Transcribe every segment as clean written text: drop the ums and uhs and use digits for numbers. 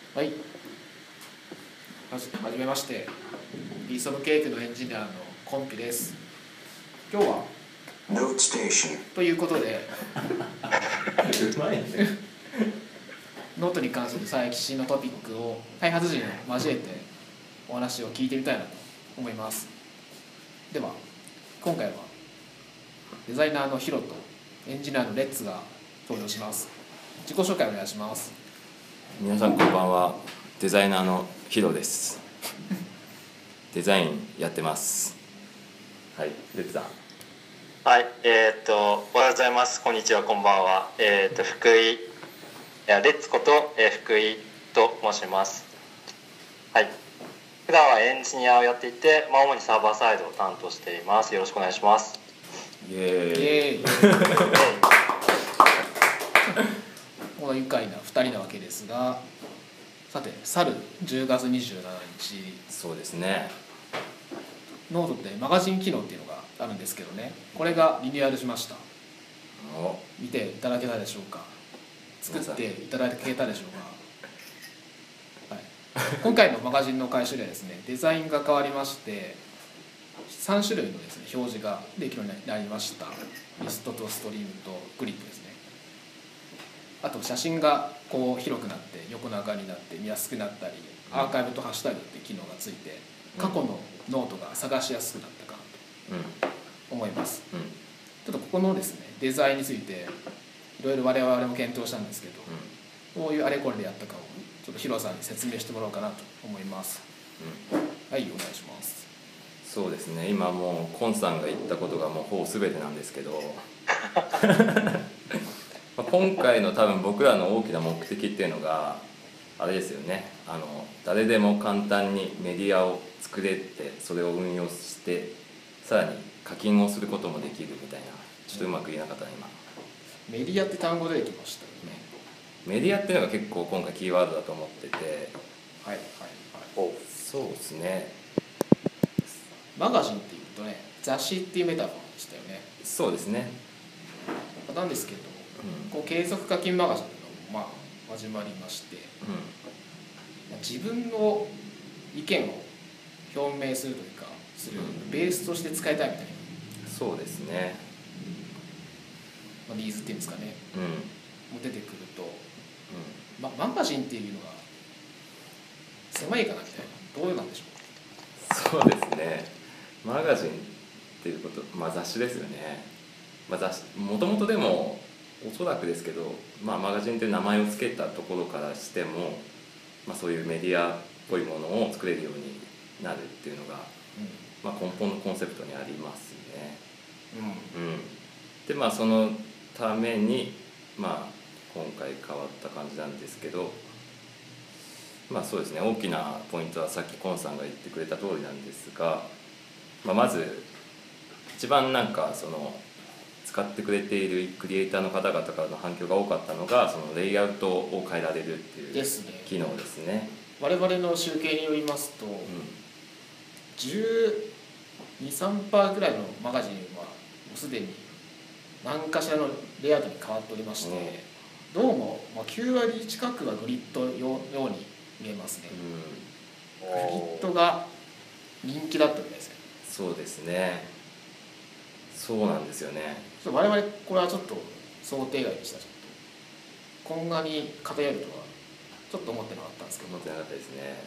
はい、はじめまして。ピースオブケーキのエンジニアのコンピです。今日はということでうまいねノートに関する最新のトピックを開発陣を交えてお話を聞いてみたいなと思います。では今回はデザイナーのヒロとエンジニアのレッツが登場します。自己紹介お願いします。 皆さんこんばんは。デザイナーのヒロですデザインやってます。はい、レッツさん。 はい、おはようございます。こんにちは、こんばんは。福井、レッツこと、福井と申します。はい。普段はエンジニアをやっていて、主にサーバーサイドを担当しています。よろしくお願いします。 イエーイこの愉快な2人なわけですが、さて去る10月27日、 そうですね、 ノートでマガジン機能っていうのがあるんですけどね、これがリニューアルしました。見ていただけたでしょうか。作っていただけたでしょうか。はい、今回のマガジンの改修ではですね、デザインが変わりまして3種類のですね表示ができるようになりました。リストとストリームとグリッドですね。あと写真がこう広くなって横長になって見やすくなったり、アーカイブとハッシュタグっていう機能がついて過去のノートが探しやすくなったかなと思います。ちょっとここのですねデザインについていろいろ我々も検討したんですけど、どういうあれこれでやったかをちょっとヒロさんに説明してもらおうかなと思います。はい、お願いします。 そうですね、今もうコンさんが言ったことがもうほぼ全てなんですけど今回の多分僕らの大きな目的っていうのがあれですよね。誰でも簡単にメディアを作れて、それを運用してさらに課金をすることもできるみたいな。ちょっとうまく言えなかったね今。 メディアって単語出てきましたよね。 メディアっていうのが結構今回キーワードだと思ってて、 はいはいはい。 そうですね。 マガジンっていうとね、雑誌っていうメタファーでしたよね。 そうですね。 なんですけど、こう継続課金マガジンの始まりまして、自分の意見を表明するというかするベースとして使いたいみたいな、 そうですね、 ニーズっていうんですかね、も出てくると、マガジンっていうのが狭いかなみたいな、どうなんでしょう。そうですね、マガジンっていうこと、雑誌ですよね。もともとでもおそらくですけど、マガジンという名前を付けたところからしても、そういうメディアっぽいものを作れるようになるっていうのが、根本のコンセプトにありますね。でそのために、今回変わった感じなんですけど、そうですね、大きなポイントはさっきコンさんが言ってくれた通りなんですが、まず一番使ってくれているクリエイターの方々からの反響が多かったのが、そのレイアウトを変えられるっていう機能ですね。 我々の集計によりますと、12-13% ぐらいのマガジンはもうすでに何かしらのレイアウトに変わっておりまして、どうも9割近くはグリッドように見えますね。グリッドが人気だったみたいですね。 そうですね、そうなんですよね。 我々これはちょっと想定外でした。ちょっとこんなに偏るとはちょっと思ってなかったんですけど。 思ってなかったですね。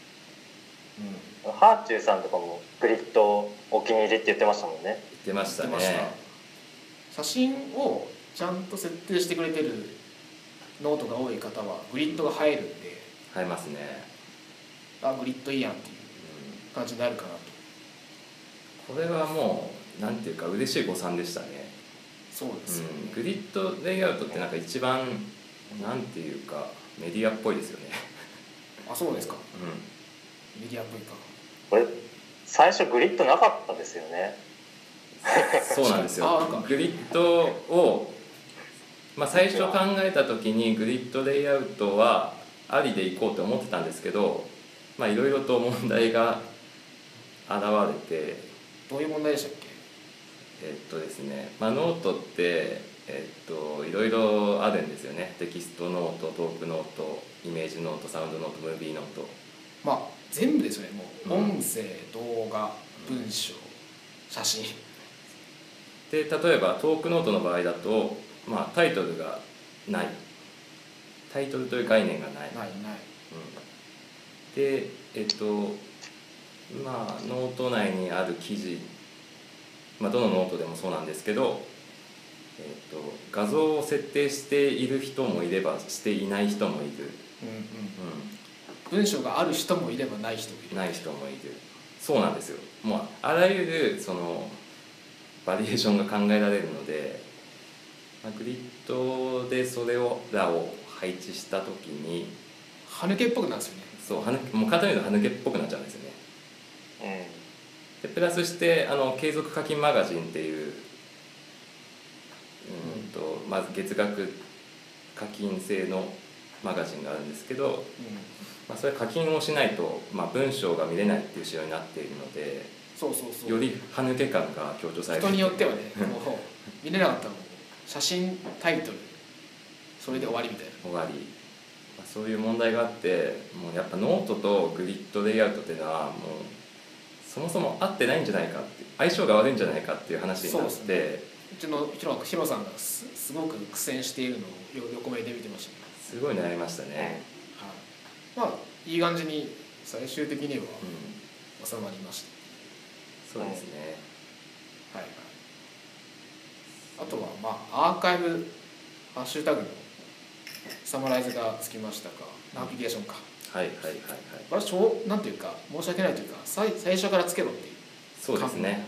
ハーチューさんとかもグリッドお気に入りって言ってましたもんね。 言ってましたね。 写真をちゃんと設定してくれてるノートが多い方はグリッドが映えるんで、 映えますね。 グリッドいいやんっていう感じになるかなと。 これはもうなんていうか嬉しい誤算でしたね。 そうですよね。 グリッドレイアウトって一番なんていうかメディアっぽいですよね。 あ、そうですか。メディアっぽいか。 これ最初グリッドなかったですよね。 そうなんですよ。グリッドを、最初考えた時にグリッドレイアウトはありでいこうと思ってたんですけど、いろいろと問題が現れて。 どういう問題でしたっけ？ ですね、ノートって、 いろいろあるんですよね。テキストノート、トークノート、イメージノート、サウンドノート、ムービーノート。 まあ全部ですよね。もう音声、動画、文章、写真で、例えばトークノートの場合だと、まあ、タイトルがない、タイトルという概念がない、 ない、 でまあノート内にある記事、まあ、どのノートでもそうなんですけど、画像を設定している人もいればしていない人もいる、 文章がある人もいればない人もいる、 ない人もいる。そうなんですよ。もうあらゆるそのバリエーションが考えられるので、まあ、グリッドでそれらを配置した時に歯抜けっぽくなるんですよね。 そう、もう簡単に言うと歯抜けっぽくなっちゃうんですよね。でプラスして継続課金マガジンっていうまず月額課金制のマガジンがあるんですけど、まあ、それ課金をしないと、まあ、文章が見れないっていう仕様になっているので、 そうより歯抜け感が強調されて人によってはねもう見れなかったらもう写真タイトルそれで終わりみたいな終わり、まあ、そういう問題があって、もうやっぱノートとグリッドレイアウトっていうのはもうそもそも合ってないんじゃないかって、相性が悪いんじゃないかっていう話になって、 うちのヒロさんがすごく苦戦しているのを横目で見てましたね。すごい悩みましたね。 はい、まあいい感じに最終的には収まりました、 そうですね。 はい、あとはまあアーカイブハッシュタグのサマライズがつきましたか、ナビゲーションか、 はい。 これはなんていうか申し訳ないというか最初からつけろっていう。 そうですね。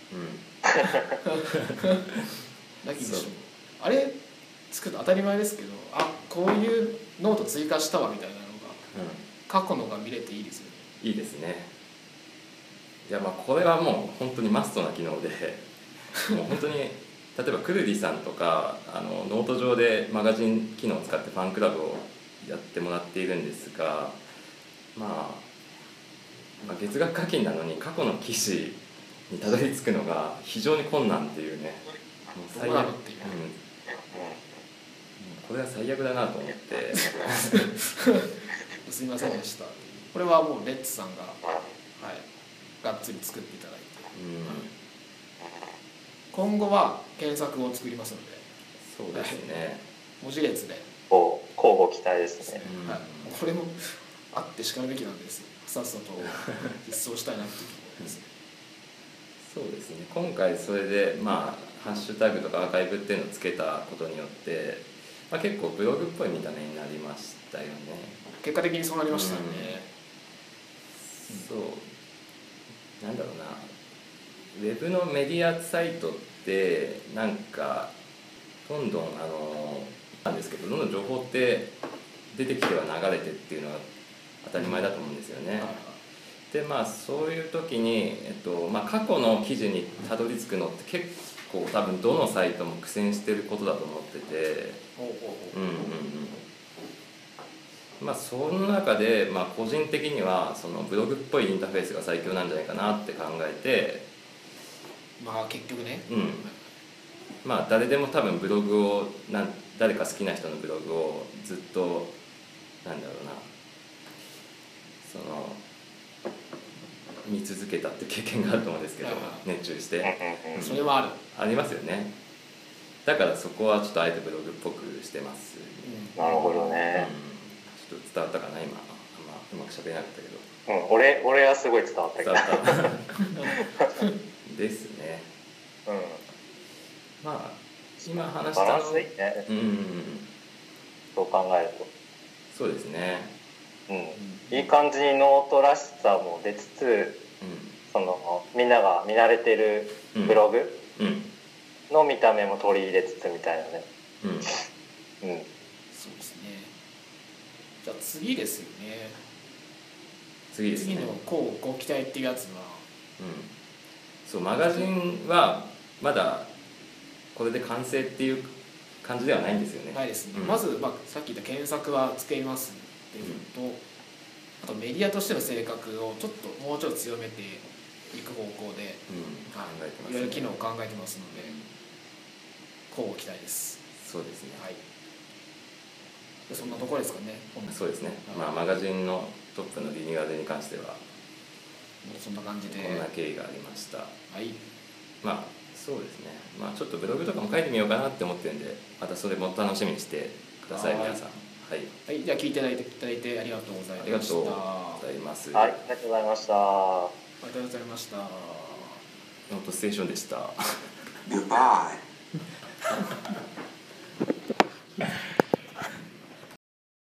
なきにしもあれつくと当たり前ですけど、あこういうノート追加したわみたいなのが、過去のが見れていいですよね。 いいですね。いやまあこれはもう本当にマストな機能でもう本当に例えばくるりさんとかノート上でマガジン機能を使ってファンクラブをやってもらっているんですが、まあ月額課金なのに過去の記事にたどり着くのが非常に困難っていうね、もう最悪、これは最悪だなと思ってすみませんでした。これはもうレッツさんが、がっつり作っていただいて、今後は検索を作りますので、 そうですね、 文字列で交互期待ですね。 これもあってしかるべきなんですよ。さっさと実装したいなっていうところですね。 そうですね。今回それでまあハッシュタグとかアーカイブっていうのをつけたことによって、まあ、結構ブログっぽい見た目になりましたよね。 結果的にそうなりましたね。 そうなんだろうな、ウェブのメディアサイトってなんかどんどんなんですけど、どんどん情報って出てきては流れてっていうのは当たり前だと思うんですよね。でまあそういう時に、まあ、過去の記事にたどり着くのって結構多分どのサイトも苦戦してることだと思ってて、まあその中で、まあ、個人的にはそのブログっぽいインターフェースが最強なんじゃないかなって考えて、 まあ結局ね、 まあ誰でも多分ブログを誰か好きな人のブログをずっとなんだろうな、その見続けたって経験があると思うんですけど、熱中して、 それはありますよね。だからそこはちょっとあえてブログっぽくしてます。 なるほどね。 ちょっと伝わったかな今。あんまうまく喋れなかったけど。 俺はすごい伝わったけど。 ですね。まあ今話したバランスいいね。そう考えると。 そうですね。 いい感じにノートらしさも出つつ、そのみんなが見慣れてるブログの見た目も取り入れつつみたいなね。 そうですね。じゃあ次ですよね。次のこうご期待っていうやつは、 そうマガジンはまだこれで完成っていう感じではないんですよね。 ないですね。まず、さっき言った検索はつけますっていうのと、あとメディアとしての性格をもうちょっと強めていく方向で、いろいろ機能を考えてますので、 乞うご期待です。 そうですね。 はい。そんなところですかね。 そうですね。マガジンのトップのリニューアルに関してはそんな感じでこんな経緯がありました。 はい。 そうですね。ちょっとブログとかも書いてみようかなって思ってるんで、またそれも楽しみにしてください、皆さん。はい。 はい。じゃあ聞いていただいてありがとうございました。 ありがとうございます。 はい、ありがとうございました。 ありがとうございました。 ノートステーションでした。 Goodbye.